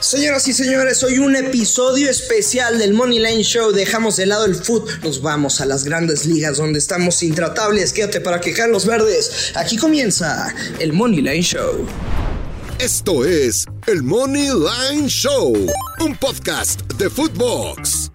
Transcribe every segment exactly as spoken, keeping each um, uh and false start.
Señoras y señores, hoy un episodio especial del Money Line Show. Dejamos de lado el fútbol, nos vamos a las grandes ligas donde estamos intratables. Quédate para quejar los verdes. Aquí comienza el Money Line Show. Esto es el Money Line Show, un podcast de Footbox.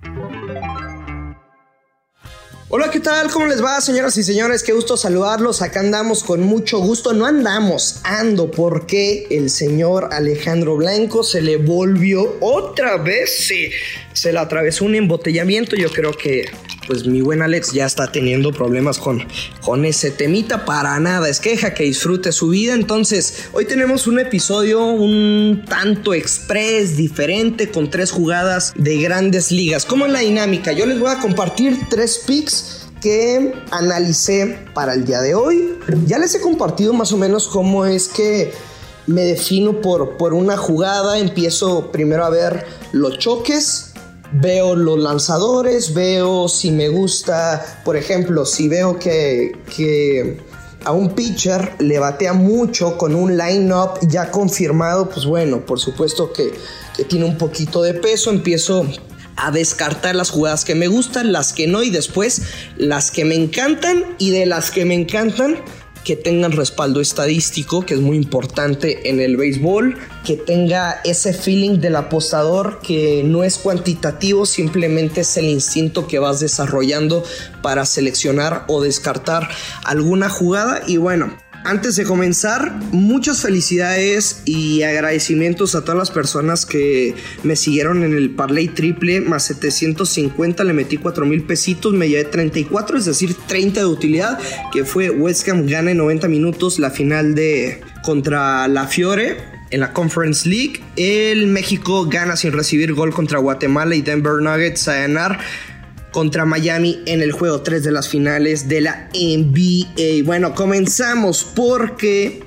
Hola, ¿qué tal? ¿Cómo les va, señoras y señores? Qué gusto saludarlos. Acá andamos con mucho gusto. No andamos, ando, porque el señor Alejandro Blanco se le volvió otra vez. Sí, se le atravesó un embotellamiento. Yo creo que, pues, mi buen Alex ya está teniendo problemas con, con ese temita. Para nada es queja, que disfrute su vida. Entonces, hoy tenemos un episodio un tanto express, diferente, con tres jugadas de grandes ligas. ¿Cómo es la dinámica? Yo les voy a compartir tres picks que analicé para el día de hoy. Ya les he compartido más o menos cómo es que me defino por, por una jugada. Empiezo primero a ver los choques, veo los lanzadores, veo si me gusta, por ejemplo, si veo que, que a un pitcher le batea mucho con un line-up ya confirmado, pues bueno, por supuesto que, que tiene un poquito de peso. Empiezo a descartar las jugadas que me gustan, las que no, y después las que me encantan, y de las que me encantan que tengan respaldo estadístico, que es muy importante en el béisbol, que tenga ese feeling del apostador que no es cuantitativo, simplemente es el instinto que vas desarrollando para seleccionar o descartar alguna jugada. Y bueno, antes de comenzar, muchas felicidades y agradecimientos a todas las personas que me siguieron en el parlay triple más setecientos cincuenta. Le metí cuatro mil pesitos, me llevé treinta y cuatro, es decir, treinta de utilidad, que fue West Ham gana en noventa minutos la final de contra la Fiore en la Conference League. El México gana sin recibir gol contra Guatemala, y Denver Nuggets a ganar contra Miami en el juego tres de las finales de la N B A. Bueno, comenzamos porque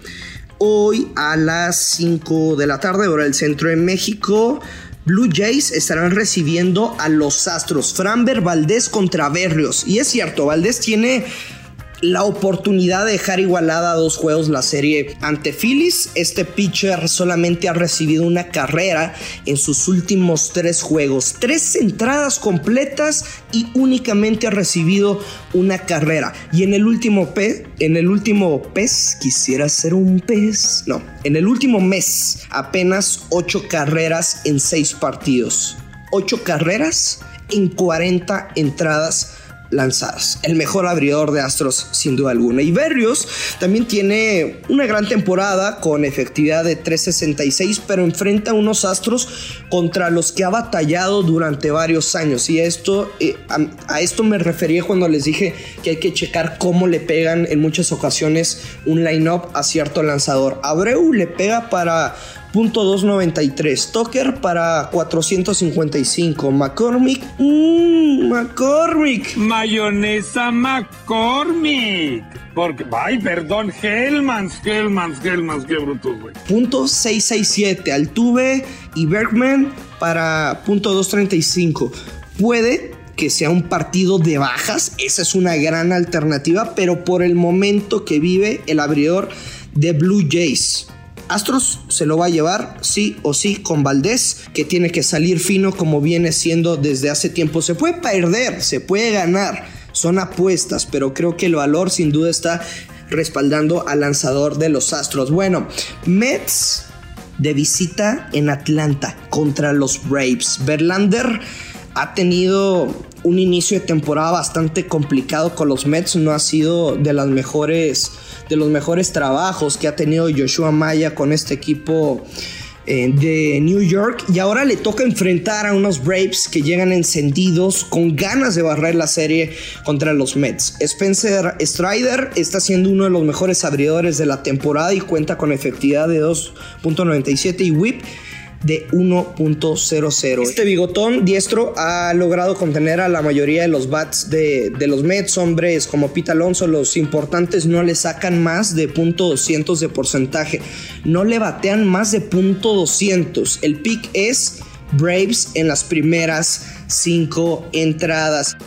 hoy a las cinco de la tarde, hora del centro de México, Blue Jays estarán recibiendo a los Astros. Framber Valdez contra Berrios. Y es cierto, Valdez tiene la oportunidad de dejar igualada a dos juegos la serie ante Phillies. Este pitcher solamente ha recibido una carrera en sus últimos tres juegos, tres entradas completas, y únicamente ha recibido una carrera. Y en el último pez, en el último pez, quisiera ser un pez, no, en el último mes, apenas ocho carreras en seis partidos. Ocho carreras en cuarenta entradas lanzadas. El mejor abridor de Astros sin duda alguna. Y Berrios también tiene una gran temporada con efectividad de tres sesenta y seis, pero enfrenta a unos Astros contra los que ha batallado durante varios años. Y esto, eh, a, a esto me refería cuando les dije que hay que checar cómo le pegan en muchas ocasiones un line-up a cierto lanzador. Abreu le pega para punto doscientos noventa y tres, Tucker para cuatrocientos cincuenta y cinco, McCormick, mmm, McCormick, mayonesa McCormick, porque, ay, perdón, Hellmans, Hellmans, Hellmans, qué brutos, güey. punto seiscientos sesenta y siete, Altuve y Bergman para punto doscientos treinta y cinco. Puede que sea un partido de bajas, esa es una gran alternativa, pero por el momento que vive el abridor de Blue Jays, Astros se lo va a llevar sí o sí con Valdez, que tiene que salir fino como viene siendo desde hace tiempo. Se puede perder, se puede ganar, son apuestas, pero creo que el valor sin duda está respaldando al lanzador de los Astros. Bueno, Mets de visita en Atlanta contra los Braves. Verlander ha tenido un inicio de temporada bastante complicado con los Mets. No ha sido de las mejores de los mejores trabajos que ha tenido Yoshua Maya con este equipo eh, de New York, y ahora le toca enfrentar a unos Braves que llegan encendidos, con ganas de barrer la serie contra los Mets. Spencer Strider está siendo uno de los mejores abridores de la temporada y cuenta con efectividad de dos punto noventa y siete y whip de uno punto cero cero. Este bigotón diestro ha logrado contener a la mayoría de los bats de, de los Mets. Hombres como Pete Alonso, los importantes, no le sacan más de punto doscientos de porcentaje, no le batean más de punto doscientos. El pick es Braves en las primeras cinco entradas.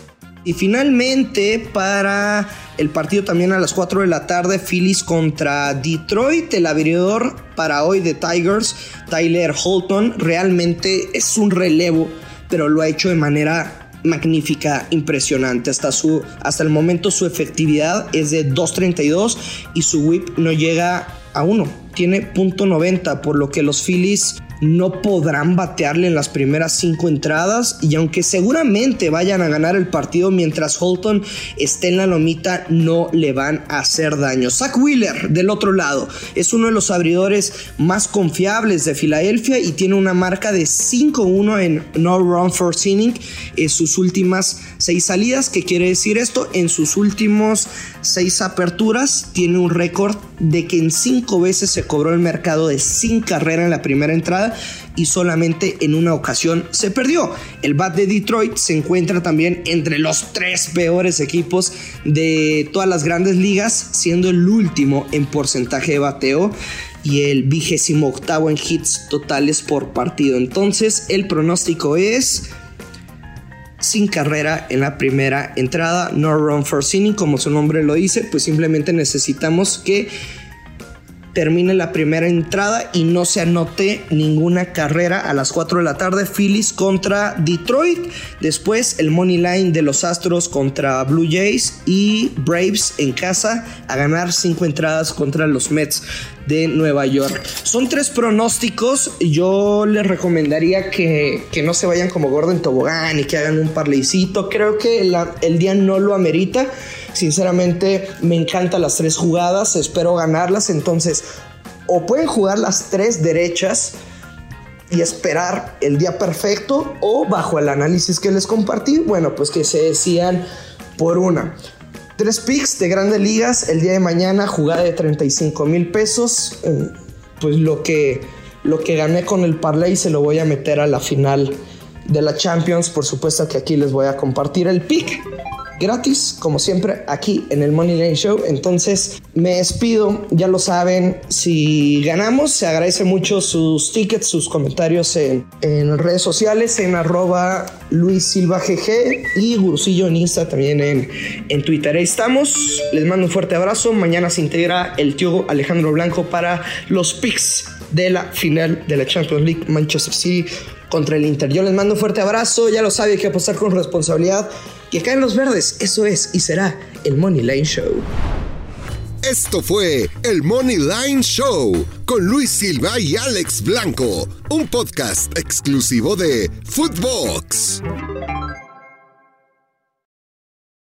Y finalmente, para el partido también a las cuatro de la tarde, Phillies contra Detroit. El abridor para hoy de Tigers, Tyler Holton, realmente es un relevo, pero lo ha hecho de manera magnífica, impresionante. Hasta, su, hasta el momento su efectividad es de dos treinta y dos y su whip no llega a uno. Tiene punto noventa, por lo que los Phillies no podrán batearle en las primeras cinco entradas, y aunque seguramente vayan a ganar el partido mientras Holton esté en la lomita, no le van a hacer daño. Zach Wheeler, del otro lado, es uno de los abridores más confiables de Filadelfia y tiene una marca de cinco uno en no run first inning en sus últimas seis salidas. ¿Qué quiere decir esto? En sus últimos seis aperturas tiene un récord de que en cinco veces se cobró el mercado de sin carrera en la primera entrada y solamente en una ocasión se perdió. El bat de Detroit se encuentra también entre los tres peores equipos de todas las grandes ligas, siendo el último en porcentaje de bateo y el vigésimo octavo en hits totales por partido. Entonces el pronóstico es sin carrera en la primera entrada, no run first inning, como su nombre lo dice. Pues simplemente necesitamos que termine la primera entrada y no se anote ninguna carrera a las cuatro de la tarde. Phillies contra Detroit. Después el money line de los Astros contra Blue Jays y Braves en casa a ganar cinco entradas contra los Mets de Nueva York. Son tres pronósticos. Yo les recomendaría que, que no se vayan como gordo en tobogán y que hagan un parleycito. Creo que la, el día no lo amerita. Sinceramente me encantan las tres jugadas, espero ganarlas. Entonces o pueden jugar las tres derechas y esperar el día perfecto, o bajo el análisis que les compartí, bueno, pues que se decían por una. Tres picks de grandes ligas el día de mañana, jugada de treinta y cinco mil pesos. Pues lo que, lo que gané con el parlay se lo voy a meter a la final de la Champions. Por supuesto que aquí les voy a compartir el pick gratis, como siempre, aquí en el Money Line Show. Entonces me despido, ya lo saben, si ganamos se agradece mucho sus tickets, sus comentarios en, en redes sociales, en arroba Luis Silva G G y Gurusillo en Insta, también en, en Twitter. Ahí estamos, les mando un fuerte abrazo. Mañana se integra el tío Alejandro Blanco para los picks de la final de la Champions League, Manchester City contra el Inter. Yo les mando un fuerte abrazo, ya lo sabe, hay que apostar con responsabilidad, que caen los verdes. Eso es y será el Money Line Show. Esto fue el Money Line Show con Luis Silva y Alex Blanco, un podcast exclusivo de Footbox.